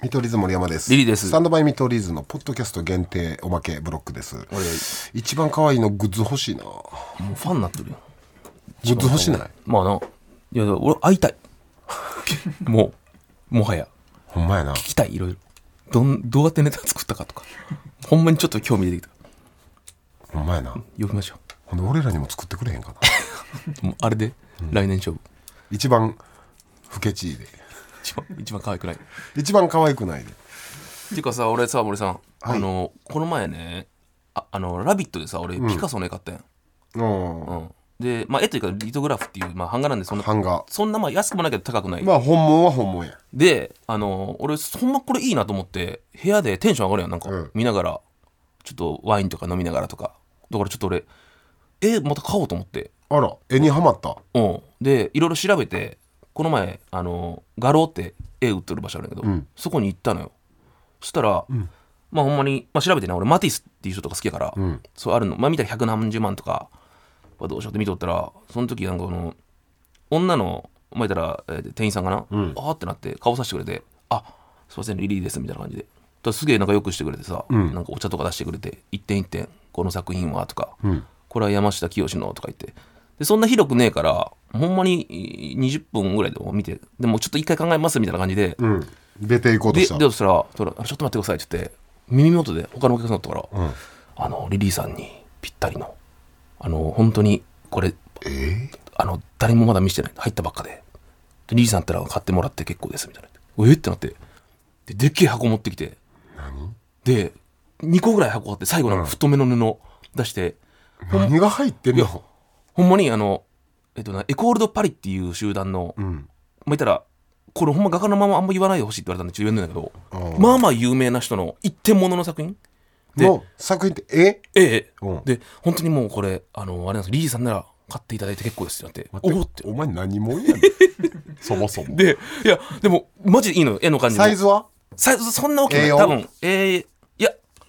見取り図森山です。 リリーです。 スタンドバイ見取り図のポッドキャスト限定おまけブロックです。一番可愛いのグッズ欲しいな。もうファンになってるよ。 グッズ欲しない？ まあな。いや俺会いたい。もはや。 ほんまやな。 聞きたいいろいろ。どうやってネタ作ったかとか。ほんまにちょっと興味出てきた。 ほんまやな。 呼びましょう。 ほんで俺らにも作ってくれへんかな。 もうあれで、来年勝負。 一番不ケチで。 一番可愛くない。 一番可愛くないで。 っていうかさ、俺さ森さん、 はい、 この前ね、ラビットでさ俺ピカソの絵買ったやん。で、まあ、絵というかリトグラフっていう、まあ、版画なんでそんなまあ安くもないけど高くない。 まあ本物は本物や。 で俺ほんまこれいいなと思って部屋でテンション上がるやんなんか、見ながらちょっとワインとか飲みながらとかだからちょっと俺また買おうと思って。 あら絵にハマった。 でいろいろ調べてこの前画廊って絵売ってる場所あるんだけど、そこに行ったのよ。そしたら、まあほんまに、まあ、調べてね俺マティスっていう人とか好きやから、そうあるのまあ見たら100何十万とかはどうしようって見とったらその時なんか女の前たら、店員さんかな、あーってなって顔させてくれてあすいませんリリーですみたいな感じで。すげえ仲良くしてくれてさ、なんかお茶とか出してくれて一点一点この作品はとか、これは山下清のとか言ってでそんな広くねえからほんまに20分ぐらいでも見てでもちょっと一回考えますみたいな感じで、 出ていこうとした。 でそしたらちょっと待ってくださいって言って耳元で他のお客さんだったから、リリーさんにぴったりの本当にこれ、誰もまだ見せてない入ったばっかでリリーさんだったら買ってもらって結構ですみたいなってなってでっけえ箱持ってきてで2個ぐらい箱あって最後の太めの布出して、 何が入ってんの？ ほんまにエコールドパリっていう集団の、まあ言ったらこれほんま画家のままあんま言わないでほしいって言われたんでちょっと言えんだけど、まあまあ有名な人の一点物の作品での作品ってで本当にもうこれあれなんですリリーさんなら買っていただいて結構ですってなってお前何者やねんそもそもでいやでもマジでいいのよ絵の感じサイズはそんな大きくない多分いや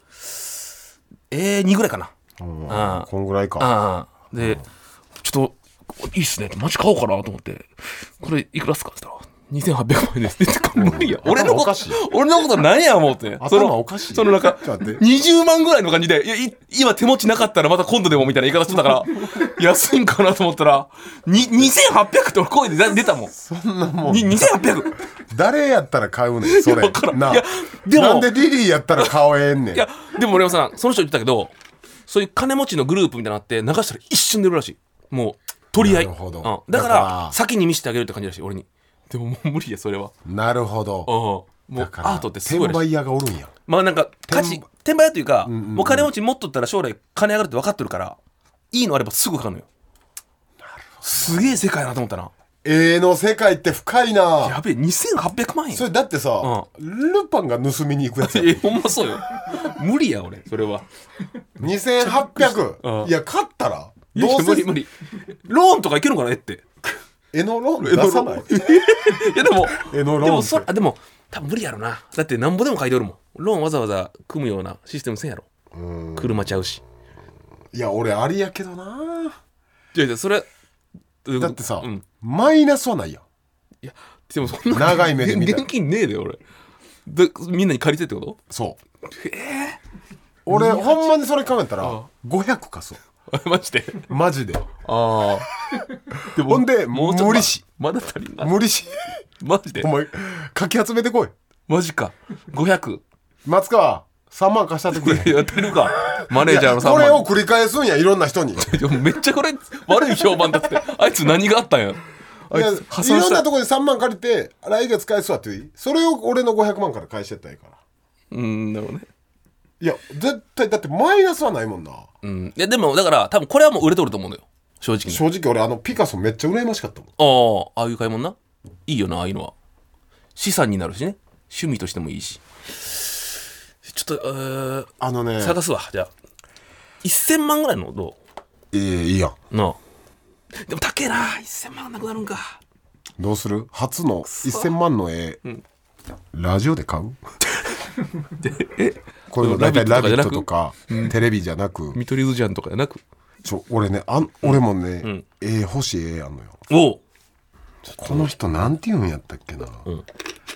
2ぐらいかなこんぐらいかでちょっといいっすねマジ買おうかなと思ってこれいくらっすかって言ったら2800万円ですって無理や俺のこと何や思うって頭おかしいそのなんか20万ぐらいの感じで今手持ちなかったらまた今度でもみたいな言い方してたから安いんかなと思ったら2800って声で出たもん。 そんなもん 2800 誰やったら買うねんそれいやでもなんでリリーやったら買えんねん。 いやでも俺はさその人言ってたけどそういう金持ちのグループみたいなのあって流したら一瞬出るらしいもう取り合いだから先に見せてあげるって感じらしい俺に。でももう無理やそれは。 なるほど。 もうアートってすごいらしい。 転売屋がおるんや。 まあなんか転売屋というか、もう金持ち持っとったら将来金上がるって分かってるからいいのあればすぐ買うのよ。すげえ世界やなと思ったな。 の世界って深いな。 やべえ2800万円。 それだってさ、ルパンが盗みに行くやつや。 ほんまそうよ。無理や俺それは。 2800。いや買ったらどうせ無理。ローンとかいけるのかなって絵のローン出さない。いやでも絵のローンでも多分無理やろな。だってなんぼでも書いておるもん。ローンわざわざ組むようなシステムせんやろ。車ちゃうし。 いや俺ありやけどな。 いやそれだってさ、マイナスはないやん。 いやでもそんな長い目で見たら現金ねえで俺でみんなに借りてってこと。 そう俺ほんまにそれ考えたら500貸そうマジででもほんで無理しまだ足りんな無理しマジでお前かき集めてこいマジか500 松川3万貸したってくれ。 やってるかマネージャーの3万これを繰り返すんやいろんな人にめっちゃこれ悪い評判だってあいつ何があったんや。 いろんなとこで3万借りて来月返すわって言う。それを俺の500万から返してったらいいからなるほどね。いや絶対だってマイナスはないもんな。 いやでもだから多分これはもう売れとると思うのよ正直俺ピカソめっちゃ羨ましかったもん。ああいう買い物ないいよなああいうのは資産になるしね趣味としてもいいしちょっと探すわじゃあ1000万ぐらいのどう。いいやんなあでも高えな1000万なくなるんか。 どうする初の1000万の絵、ラジオで買うこういうの大体ラビットとかテレビじゃなく見取り図じゃんとかじゃなく俺ね俺もね欲しい絵やんのよ。 おこの人なんて言うんやったっけな、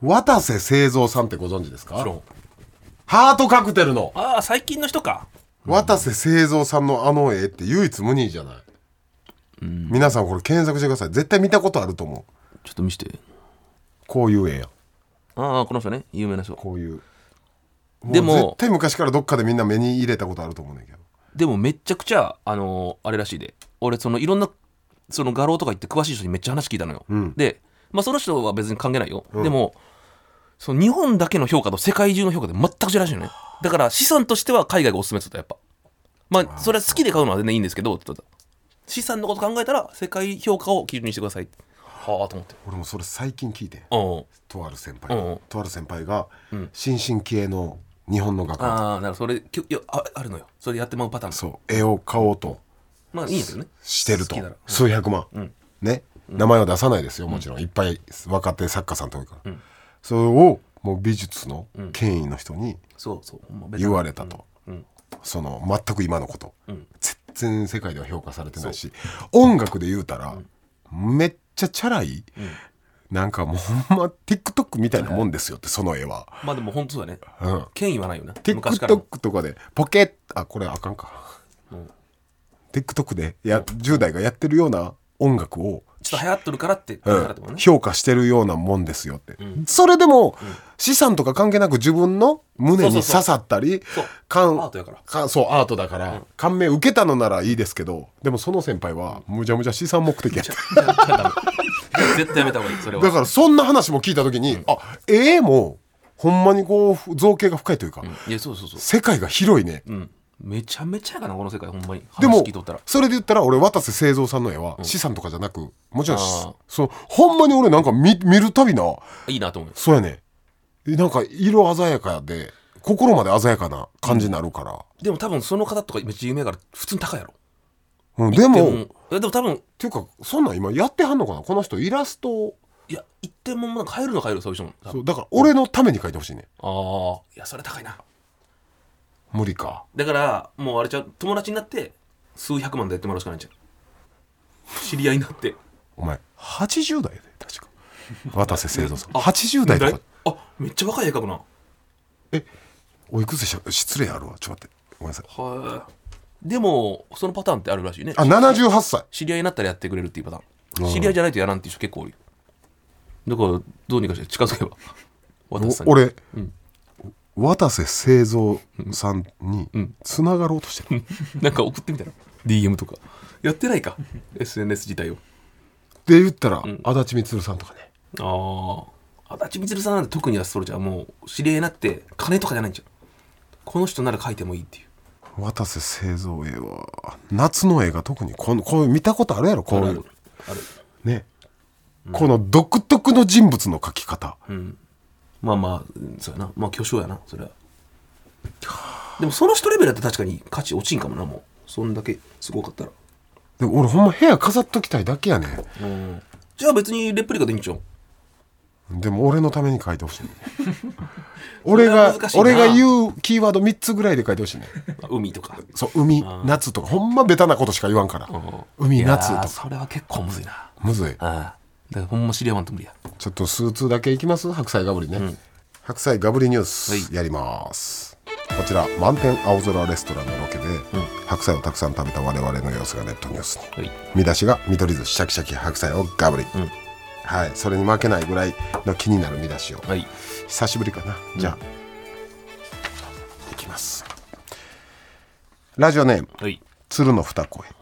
渡瀬製造さんってご存知ですか？ 知らん。 ハートカクテルのああ、最近の人か。 渡瀬製造さんのあの絵って唯一無二じゃない。皆さんこれ検索してください。絶対見たことあると思う。 ちょっと見して。 こういう絵や。 ああ、この人ね、有名な人。 こういう。 でも絶対昔からどっかでみんな目に入れたことあると思うねんけど。 でもめっちゃくちゃあれらしいで。俺そのいろんなその画廊とか行って詳しい人にめっちゃ話聞いたのよ。で、まあその人は別に関係ないよ。でもその日本だけの評価と世界中の評価で全く違うらしいのね。だから資産としては海外がおすすめですとやっぱ。まあそれは好きで買うのは全然いいんですけど、資産のこと考えたら世界評価を基準にしてください。はあと思って。 俺もそれ最近聞いて。 とある先輩が新進気鋭の日本の画家。 ああ、なるほど。それあるのよ。それやってまうパターン。 そう絵を買おうとまあいいんですよね。 してると、数百万、ね、名前は出さないですよ、もちろんいっぱい若手作家さんと多いから、それをもう美術の権威の人に言われたと、その全く今のこと、全然世界では評価されてないし、音楽で言うたら、めっちゃチャラい、なんかもうほんま TikTok みたいなもんですよって、その絵は。 まあでも本当だね、権威はないよな。 TikTok とかでポケッこれあかんか、TikTok で10代がやってるような音楽をちょっと流行っとるからって、 評価してるようなもんですよって、それでも、資産とか関係なく自分の胸に刺さったり、 アートやからそうアートだから、感銘受けたのならいいですけど、でもその先輩はむちゃむちゃ資産目的やって絶対やめた方がいい。それはだからそんな話も聞いた時に、もほんまにこう造形が深いというか、 いやそう世界が広いね、 めちゃめちゃやかなこの世界、ほんまに。 でも話聞いとったらそれで言ったら俺渡瀬製造さんの絵は資産とかじゃなく、もちろんそうほんまに俺なんか見るたびないいなと思う。 そうやね、なんか色鮮やかで心まで鮮やかな感じになるから、 でも多分その方とかめっちゃ有名やから普通に高いやでろ。 も多分っていうかそんなん今やってはんのかな、この人イラスト。 いや一点もなんか買えるの買える、そういう人も。 そうだから俺のために描いてほしいね。 いやそれ高いな。 無理か。 だからもうあれちゃう、友達になって数百万でやってもらうしかないんちゃう。知り合いになって。 お前80代で確か渡瀬製造さん80代とか。 めっちゃ若い絵描くな。 おいくつでした？失礼あるわ、ちょっと待ってごめんなさい。 はい。でもそのパターンってあるらしいね。 78歳知り合いになったらやってくれるっていうパターン。知り合いじゃないとやらんっていう人結構多い。だからどうにかして近づけば。 俺、渡瀬製造さんにつながろうとしてる、 なんか送ってみたら DM とかやってないかSNS 自体を。 で言ったら、足立みつるさんとかね。 足立みつるさんなんて特にはそれじゃもう知り合いになって金とかじゃないんじゃん。この人なら描いてもいいっていう。 渡瀬製造絵は夏の絵が特にこう見たことあるやろ、こういうあるね、この独特の人物の描き方、 まあそうやな、まあ巨匠やなそれは。でもその人レベルだって確かに価値落ちんかもな、もうそんだけすごかったら。 でも俺ほんま部屋飾っときたいだけやねん。じゃあ別にレプリカでいいんちゃう。 でも俺のために書いてほしい、ね、俺が言うキーワード3つぐらいで書いてほしいね。 海とか、 そう海、夏とか、ほんまベタなことしか言わんから、海夏とか。 それは結構むずいな。 むずい。 だからほんま知り合わんと無理や。 ちょっと数通だけいきます。白菜ガブリね、白菜ガブリニュースやります、こちら満天青空レストランのロケで、白菜をたくさん食べた我々の様子がネットニュースに、見出しが見取り図シャキシャキ白菜をガブリ、はい、それに負けないぐらいの気になる見出しを、久しぶりかな、じゃあいきます。ラジオネーム、鶴の二声、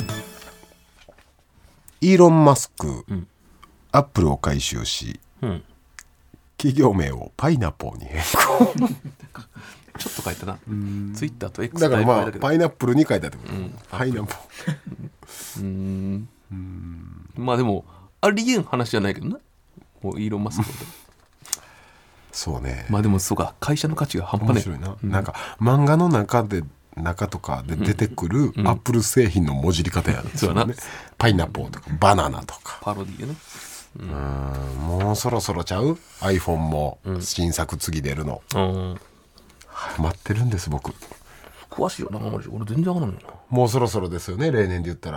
イーロン・マスク、アップルを買収し、企業名をパイナポーに変更ちょっと書いたな。ツイッターと X だからまあパイナップルに書いたってこと、パイナポー。まあでもありえん話じゃないけどな、もうイーロン・マスクそうね。 まあでもそうか、会社の価値が半端ない。 面白いな、なんか漫画の中とかで出てくるアップル製品のもじり方やん、 そうやな。 パイナポーとかバナナとかパロディーよね。 もうそろそろちゃう iPhone も新作次出るの、待ってるんです僕。 詳しいよな、俺全然わからないな。 もうそろそろですよね、例年で言ったら9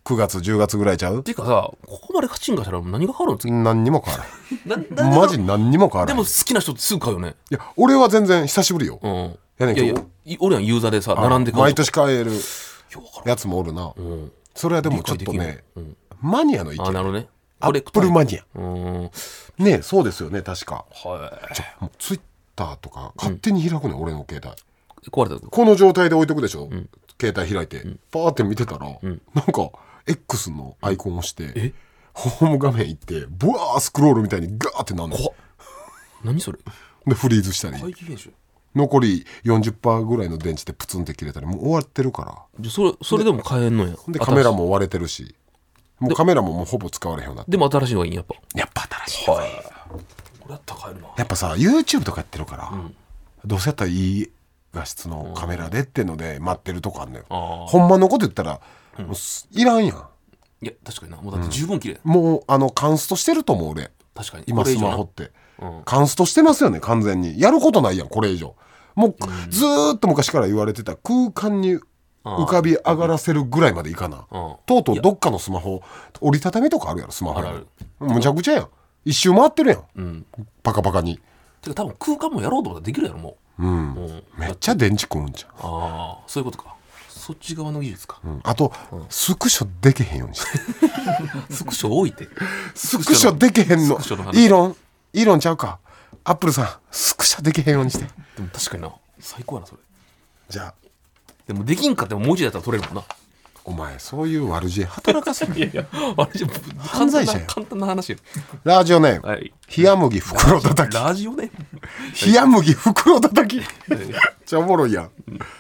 9月10月ぐらいちゃう。 ていうかさ、ここまでカチンカしたら何が変わるんですか。 何にも変わらんマジ何にも変わらん。 でも好きな人ってすぐ買うよね。 いや俺は全然久しぶりよ、やねんけど、 いやいや俺はユーザーでさ並んで買う毎年買えるやつもおるな、それはでもちょっとね、マニアの意見。 なるほどね。 アップルマニアねえ、そうですよね確か。 はいもうツイッターとか勝手に開くね、俺の携帯壊れたこの状態で置いとくでしょ、携帯開いて、パーって見てたら、なんか X のアイコンを押して、ホーム画面行ってブワースクロールみたいにガーってなんの。 何それ。 でフリーズしたり、残り 40% ぐらいの電池でプツンって切れたり、もう終わってるから。 じゃそれでも買えんのや。 でカメラも割れてるし、もうカメラももうほぼ使われへんようになって。 でも新しいのがいいんやっぱ。 やっぱ新しい、はい、 これやったら買えるな。 やっぱさ YouTube とかやってるから、どうせやったらいい画質のカメラでってので待ってるとこあんのよ。ほんまのこと言ったら、もういらんやん。 いや確かにな、もうだって十分綺麗、 もうカンストしてると思う俺。 確かに今スマホって、カンストしてますよね完全に。やることないやんこれ以上。もう、ずーっと昔から言われてた空間に浮かび上がらせるぐらいまでいかな、とうとうどっかのスマホ折りたたみとかあるやろスマホ。むちゃくちゃやん、一周回ってるやん、パカパカに。 てか多分空間もやろうと思ったらできるやろもう。 めっちゃ電池食うんじゃん。 そういうことか。そっち側の技術か。 あと、スクショできへんようにしてスクショ多いって。 スクショできへんの。イーロンちゃうか、アップルさんスクショできへんようにして。 でも確かにな、最高やなそれ。 じゃあでもできんかってももう一度やったら取れるもんな。 お前そういう悪知恵働かせる。 いやいや悪知恵犯罪者や。 簡単な話よ。 ラジオネーム、 はい、 冷麦袋叩き。 ラジオネーム冷麦袋叩きめっちゃおもろいやん。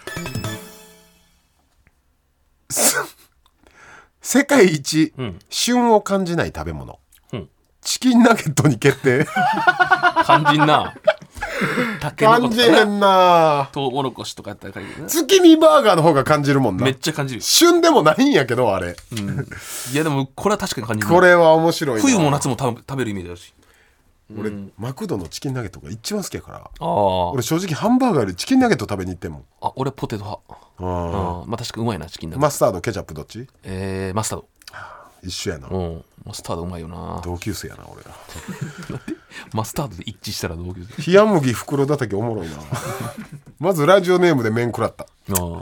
世界一、旬を感じない食べ物、チキンナゲットに決定。 肝心な。 感じへんな。 トウモロコシとかやったら月見バーガーの方が感じるもんな。 めっちゃ感じる。 旬でもないんやけどあれ、 いやでもこれは確かに感じる。 これは面白いな。 冬も夏も食べるイメージだし。 俺、マクドのチキンナゲットが一番好きやから。俺正直ハンバーガーよりチキンナゲット食べに行ってんもん。 俺ポテト派。まあ確かうまいなチキンナゲット。 マスタードケチャップどっち？ マスタード。 一緒やな。 マスタードうまいよな。 同級生やな俺ら。 マスタードで一致したら同級生。 冷麦袋叩きおもろいな。まずラジオネームで麺食らった。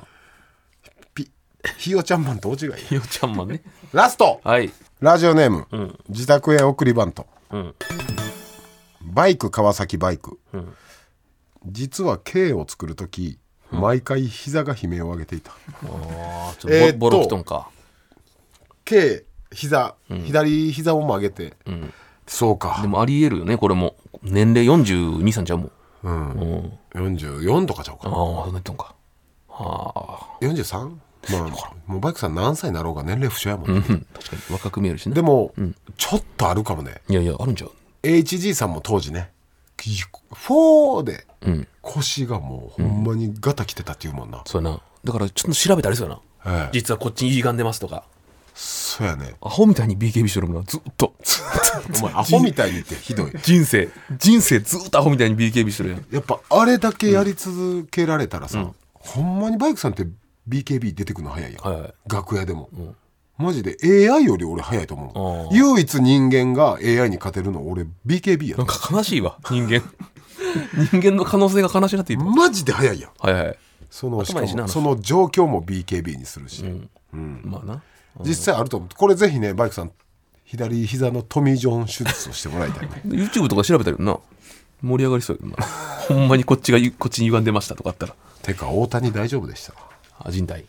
ひよちゃんマンと大違い。 ひよちゃんマンね。 ラスト、 はい、 ラジオネーム、自宅へ送りバント、バイク川崎バイク、実は K を作るとき、毎回膝が悲鳴を上げていた。 ボロキトンか。 K 膝、左膝を曲げて、そうか。 でもありえるよねこれも。年齢42、3ちゃうもん。 44とかちゃうかな。 そんな言ったんか。 43？まあもうバイクさん何歳になろうが年齢不詳やもんね。 確かに若く見えるしね。 でも、ちょっとあるかもね。 いやいやあるんちゃう。 HG さんも当時ね4で腰がもうほんまにガタきてたっていうもんな。 そうやな。だからちょっと調べたりするな、実はこっちに歪んでますとか。 そうやね。 アホみたいに BKB してるもんなずっと。 お前アホみたいにってひどい。 人生ずっとアホみたいに BKB してるやん。 やっぱあれだけやり続けられたらさ、ほんまにバイクさんって BKB 出てくるの早いやん、楽屋でも、マジで AI より俺早いと思う。唯一人間が AI に勝てるの俺 BKB や。 なんか悲しいわ人間の可能性が悲しいなって言う。 マジで早いやん。そのしかもその状況も BKB にするし、 まあな、 実際あると思う。これぜひねバイクさん左膝のトミー・ジョン手術をしてもらいたいね。 YouTube とか調べたけどな盛り上がりそうやけどな。ほんまにこっちに歪んでましたとかあったら。 てか大谷大丈夫でした？ 人体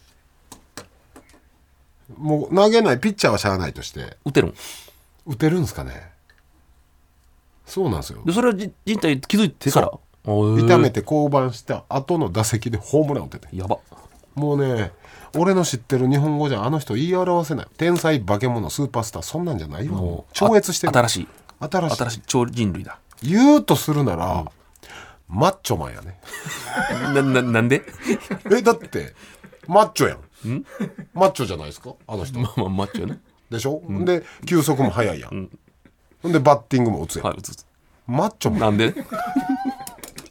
もう投げないピッチャーはしゃあないとして打てるんですかね。そうなんですよ。 でそれは人体気づいてから痛めて降板した後の打席でホームラン打ってて。 やば。 もうね俺の知ってる日本語じゃあの人言い表せない。天才化け物スーパースターそんなんじゃないわ。もう超越してる。新しい超人類だ。言うとするなら、マッチョマンやね。 なんで？ だってマッチョやん。マッチョじゃないですかあの人。 まあマッチョね。 でしょ、で球速も速いやん、でバッティングも打つやん、マッチョマンなんで？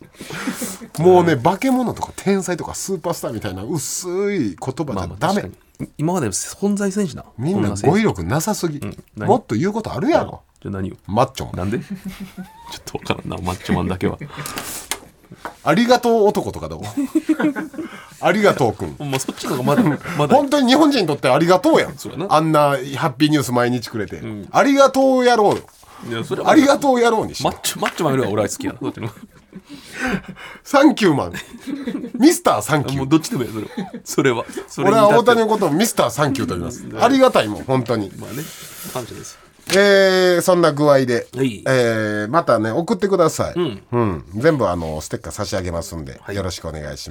もうね化け物とか天才とかスーパースターみたいな薄い言葉じゃダメ。 今まで存在せんしな。 みんな語彙力なさすぎ、もっと言うことあるやろ。 じゃあ何よ。 マッチョマン。 なんでちょっとわからんな、マッチョマンだけは。 ありがとう男とかどうありがとうくん。 ほんまそっちの方がまだ本当に日本人にとってありがとうやん。 そうやなあんなハッピーニュース毎日くれて、ありがとうやろうよ。 いやそれはありがとうやろうにしマッチョマンよりは俺は好きやな。そっちのサンキューマンミスターサンキュー。 もうどっちでもいいよそれは俺は大谷のことをミスターサンキューと言います。ありがたいもん本当に。 まあね、感謝です。 そんな具合で、 はい、 またね送ってください。全部ステッカー差し上げますんで、よろしくお願いします。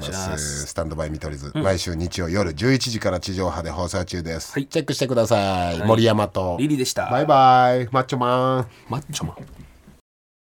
スタンドバイ見取り図、毎週日曜夜11時から地上波で放送中です。チェックしてください。森山とリリでした。 バイバイ。マッチョマン。 マッチョマン。